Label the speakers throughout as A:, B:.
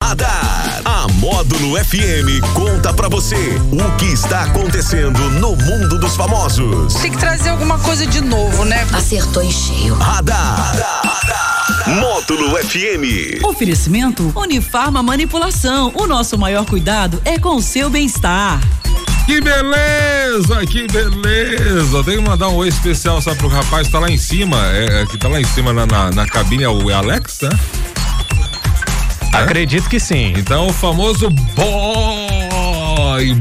A: Radar. A Módulo FM conta pra você o que está acontecendo no mundo dos famosos.
B: Tem que trazer alguma coisa de novo, né?
C: Acertou em cheio.
A: Radar. Módulo FM.
D: Oferecimento Unifarma Manipulação. O nosso maior cuidado é com o seu bem-estar.
E: Que beleza, que beleza. Tem que mandar um oi especial só pro rapaz que tá lá em cima, que tá lá em cima na cabine, é o Alex, né?
F: Acredito que sim.
E: Então o famoso boy.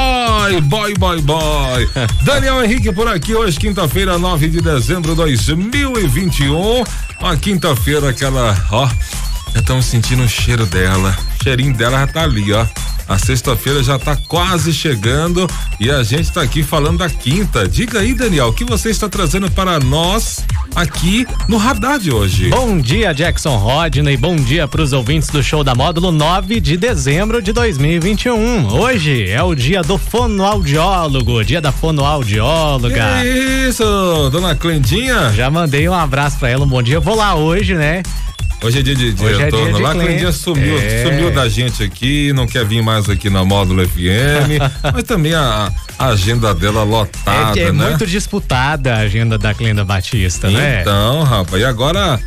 E: Daniel Henrique por aqui, hoje quinta-feira, 9 de dezembro de 2021. Uma quinta-feira aquela, ó, já estamos sentindo o cheiro dela, o cheirinho dela já tá ali, ó. A sexta-feira já tá quase chegando e a gente tá aqui falando da quinta. Diga aí, Daniel, o que você está trazendo para nós aqui no Radar de hoje?
F: Bom dia, Jackson Rodney, bom dia para os ouvintes do Show da Módulo, 9 de dezembro de 2021. Hoje é o dia do fonoaudiólogo, dia da fonoaudióloga.
E: Que isso, dona Clendinha?
F: Já mandei um abraço para ela, um bom dia. Eu vou lá hoje, né?
E: Hoje é dia de retorno lá, Clendinha sumiu da gente aqui, não quer vir mais aqui na Módulo FM, mas também a agenda dela lotada,
F: né? É
E: né?
F: muito disputada a agenda da Clenda Batista, né?
E: Então, rapaz, e agora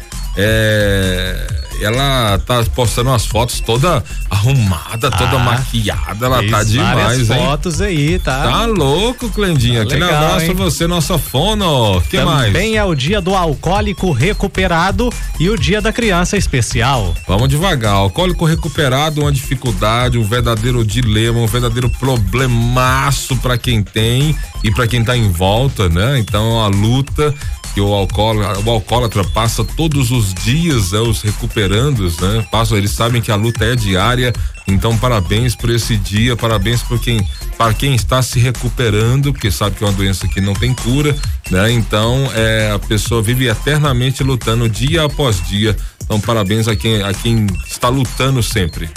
E: ela tá postando umas fotos toda arrumada, toda maquiada, ela tá demais, hein?
F: Fotos aí, tá?
E: Tá louco, Clendinha. Aquele abraço pra você, nossa fono. Que mais?
F: Também é o dia do alcoólico recuperado e o dia da criança especial.
E: Vamos devagar. Alcoólico recuperado, uma dificuldade, um verdadeiro dilema, um verdadeiro problemaço pra quem tem e pra quem tá em volta, né? Então, a luta que o alcoólatra passa todos os dias, os recuperandos, né? Eles sabem que a luta é diária, então parabéns por esse dia, parabéns para quem está se recuperando, porque sabe que é uma doença que não tem cura, né? Então, a pessoa vive eternamente lutando dia após dia, então parabéns a quem está lutando sempre.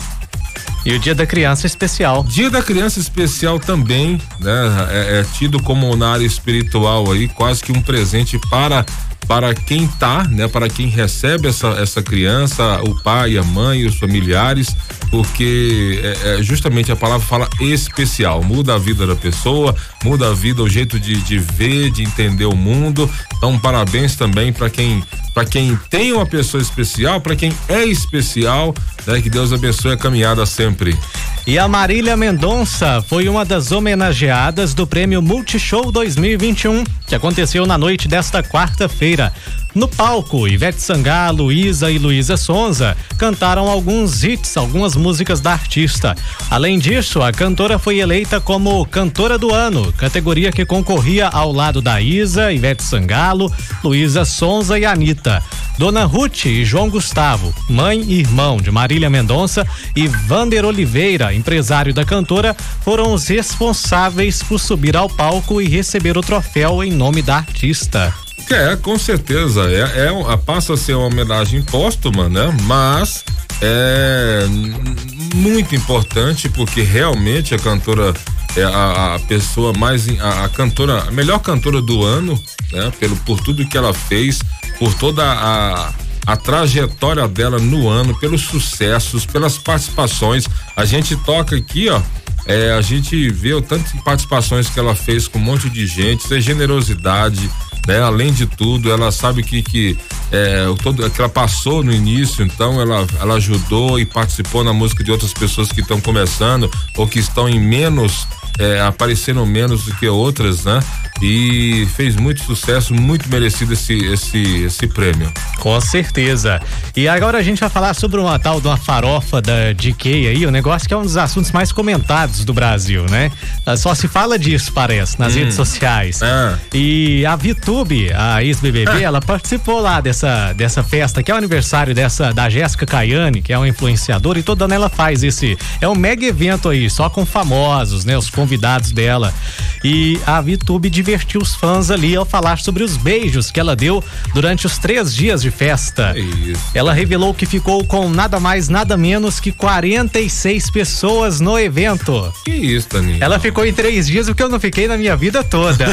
F: E o dia da criança especial.
E: Dia da criança especial também, né? É tido como na área espiritual aí, quase que um presente para quem tá, né? Para quem recebe essa criança, o pai, a mãe, os familiares, porque justamente a palavra fala especial, muda a vida da pessoa, muda a vida, o jeito de ver, de entender o mundo. Então, parabéns também para quem tem uma pessoa especial, para quem é especial, né? Que Deus abençoe a caminhada sempre.
F: E a Marília Mendonça foi uma das homenageadas do Prêmio Multishow 2021, que aconteceu na noite desta quarta-feira. No palco, Ivete Sangalo, Isa e Luísa Sonza cantaram alguns hits, algumas músicas da artista. Além disso, a cantora foi eleita como Cantora do Ano, categoria que concorria ao lado da Isa, Ivete Sangalo, Luísa Sonza e Anitta. Dona Ruth e João Gustavo, mãe e irmão de Marília Mendonça, e Vander Oliveira, empresário da cantora, foram os responsáveis por subir ao palco e receber o troféu em nome da artista.
E: Com certeza, passa a ser uma homenagem póstuma, né? Mas é muito importante porque realmente a cantora é a pessoa mais, a melhor cantora do ano, né? Por tudo que ela fez, por toda a trajetória dela no ano, pelos sucessos, pelas participações. A gente toca aqui, ó. A gente vê o tanto de participações que ela fez com um monte de gente, essa generosidade, né? Além de tudo, ela sabe que ela passou no início, então ela ajudou e participou na música de outras pessoas que estão começando ou que estão em menos, aparecendo menos do que outras, né? E fez muito sucesso, muito merecido esse prêmio.
F: Com certeza. E agora a gente vai falar sobre uma tal de uma farofa da GK aí, o negócio que é um dos assuntos mais comentados do Brasil, né? Só se fala disso, parece, nas redes sociais. E a VTube, a ex-BBB, ela participou lá dessa festa, que é o aniversário da Jéssica Caiane, que é uma influenciadora, e toda ano ela faz um mega evento aí, só com famosos, né? Os convidados dela. E a VTube divertiu os fãs ali ao falar sobre os beijos que ela deu durante os 3 dias de festa.
E: Isso.
F: Ela revelou que ficou com nada mais, nada menos que 46 pessoas no evento.
E: Que isso, Daniel?
F: Ela ficou em 3 dias, o que eu não fiquei na minha vida toda.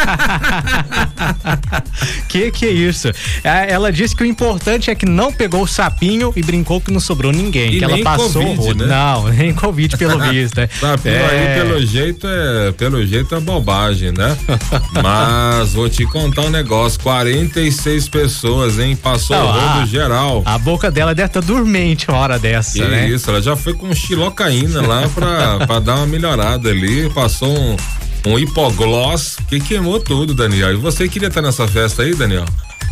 F: Que é isso? Ela disse que o importante é que não pegou o sapinho e brincou que não sobrou ninguém.
E: E
F: que ela passou
E: COVID,
F: o rodo.
E: né?
F: Não, nem Covid pelo visto.
E: Sapinho aí, pelo jeito é bobagem, né? Mas vou te contar um negócio, 46 pessoas, hein? Passou o rodo geral.
F: A boca dela deve estar dormente uma hora dessa, né?
E: Isso, ela já foi com xilocaína lá pra dar uma melhorada ali, passou um hipogloss que queimou tudo, Daniel. E você queria estar nessa festa aí, Daniel?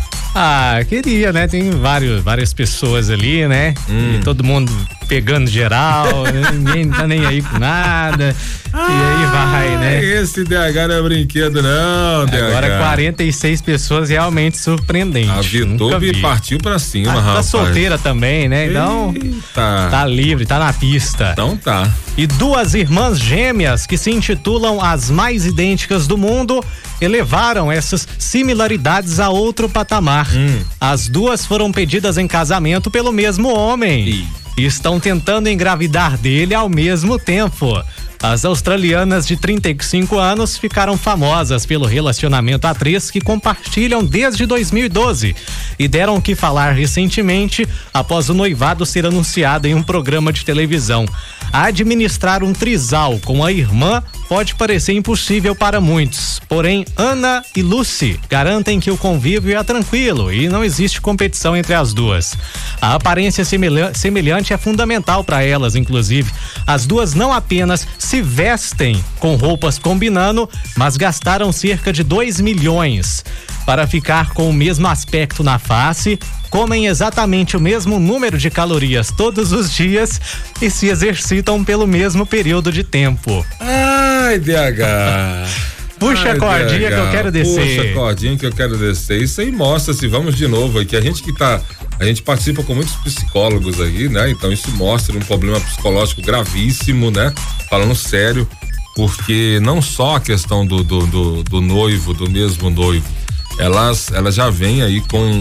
F: Queria, né? Tem várias pessoas ali, né? E todo mundo pegando geral, ninguém tá nem aí com nada. E aí vai, né?
E: Esse DH não é brinquedo, não, DH.
F: Agora 46 pessoas realmente surpreendente.
E: A Vitube partiu pra cima, rapaz.
F: Tá solteira também, né? Então, tá livre, tá na pista.
E: Então tá.
F: E 2 irmãs gêmeas que se intitulam as mais idênticas do mundo elevaram essas similaridades a outro patamar. As 2 foram pedidas em casamento pelo mesmo homem e estão tentando engravidar dele ao mesmo tempo. As australianas de 35 anos ficaram famosas pelo relacionamento a 3 que compartilham desde 2012 e deram o que falar recentemente após o noivado ser anunciado em um programa de televisão. Administrar um trisal com a irmã pode parecer impossível para muitos, porém Ana e Lucy garantem que o convívio é tranquilo e não existe competição entre as 2. A aparência semelhante é fundamental para elas, inclusive. As 2 não apenas se vestem com roupas combinando, mas gastaram cerca de 2 milhões para ficar com o mesmo aspecto na face, comem exatamente o mesmo número de calorias todos os dias e se exercitam pelo mesmo período de tempo.
E: Ai, DH.
F: Puxa a cordinha que eu quero descer.
E: Puxa a cordinha que eu quero descer. Isso aí mostra-se, vamos de novo aqui. A gente participa com muitos psicólogos aí, né? Então isso mostra um problema psicológico gravíssimo, né? Falando sério, porque não só a questão do noivo, do mesmo noivo, elas já vêm aí com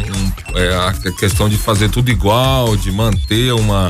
E: a questão de fazer tudo igual, de manter uma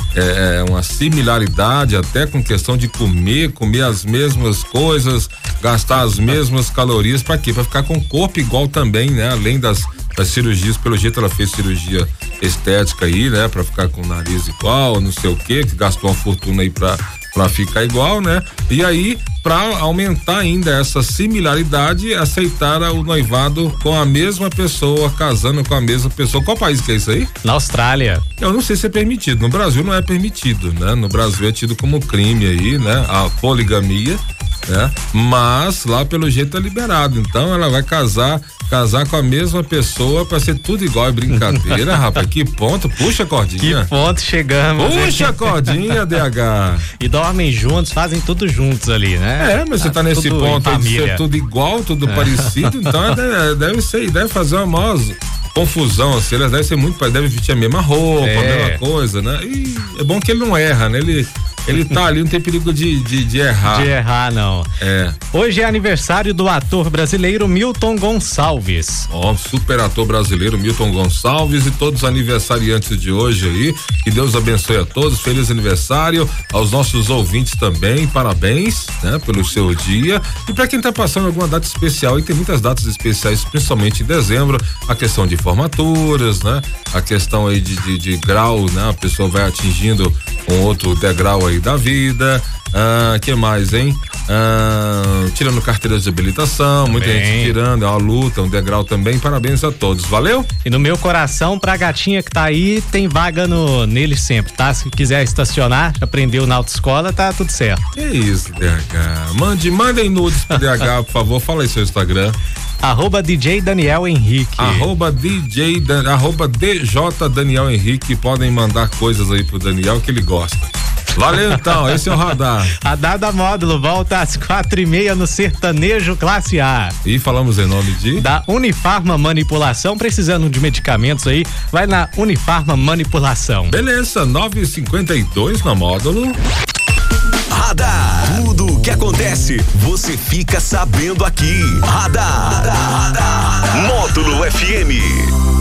E: similaridade, até com questão de comer as mesmas coisas, gastar as mesmas calorias, pra quê? Pra ficar com o corpo igual também, né? Além das cirurgias, pelo jeito ela fez cirurgia estética aí, né? Pra ficar com o nariz igual, não sei o que gastou uma fortuna aí pra ficar igual, né? E aí, pra aumentar ainda essa similaridade, aceitaram o noivado com a mesma pessoa, casando com a mesma pessoa. Qual país que é isso aí?
F: Na Austrália.
E: Eu não sei se é permitido. No Brasil não é permitido, né? No Brasil é tido como crime aí, né? A poligamia, né? Mas lá pelo jeito é liberado. Então ela vai casar com a mesma pessoa pra ser tudo igual, é brincadeira, rapaz, que ponto, puxa a cordinha.
F: Que ponto chegamos.
E: Puxa a cordinha, DH.
F: E dormem juntos, fazem tudo juntos ali, né?
E: Mas você tá nesse ponto aí de ser tudo igual, tudo parecido, então deve fazer uma maior confusão, assim, elas devem ser deve vestir a mesma roupa, a mesma coisa, né? E é bom que ele não erra, né? Ele tá ali, não tem perigo de errar.
F: De errar, não. Hoje é aniversário do ator brasileiro Milton Gonçalves.
E: Super ator brasileiro Milton Gonçalves e todos os aniversariantes de hoje aí. Que Deus abençoe a todos. Feliz aniversário aos nossos ouvintes também. Parabéns, né, pelo seu dia. E pra quem tá passando alguma data especial, e tem muitas datas especiais, principalmente em dezembro, a questão de formaturas, né? A questão aí de grau, né? A pessoa vai atingindo um outro degrau aí da vida. Que mais, hein? Tirando carteira de habilitação, muita gente tirando, é uma luta, um degrau também. Parabéns a todos, valeu?
F: E no meu coração, pra gatinha que tá aí, tem vaga nele sempre, tá? Se quiser estacionar, aprendeu na autoescola, tá tudo certo.
E: Que isso, DH. Mandem nudes pro DH, por favor, fala aí seu Instagram.
F: @DJ Daniel Henrique.
E: DJ Daniel Henrique. Podem mandar coisas aí pro Daniel que ele gosta. Valeu então, esse é o Radar.
F: Radar da Módulo volta às 4:30 no Sertanejo Classe A.
E: E falamos em nome
F: da Unifarma Manipulação. Precisando de medicamentos aí, vai na Unifarma Manipulação.
E: Beleza, 9:52 na Módulo.
A: Radar. Tudo que acontece, você fica sabendo aqui. Radar. Módulo FM.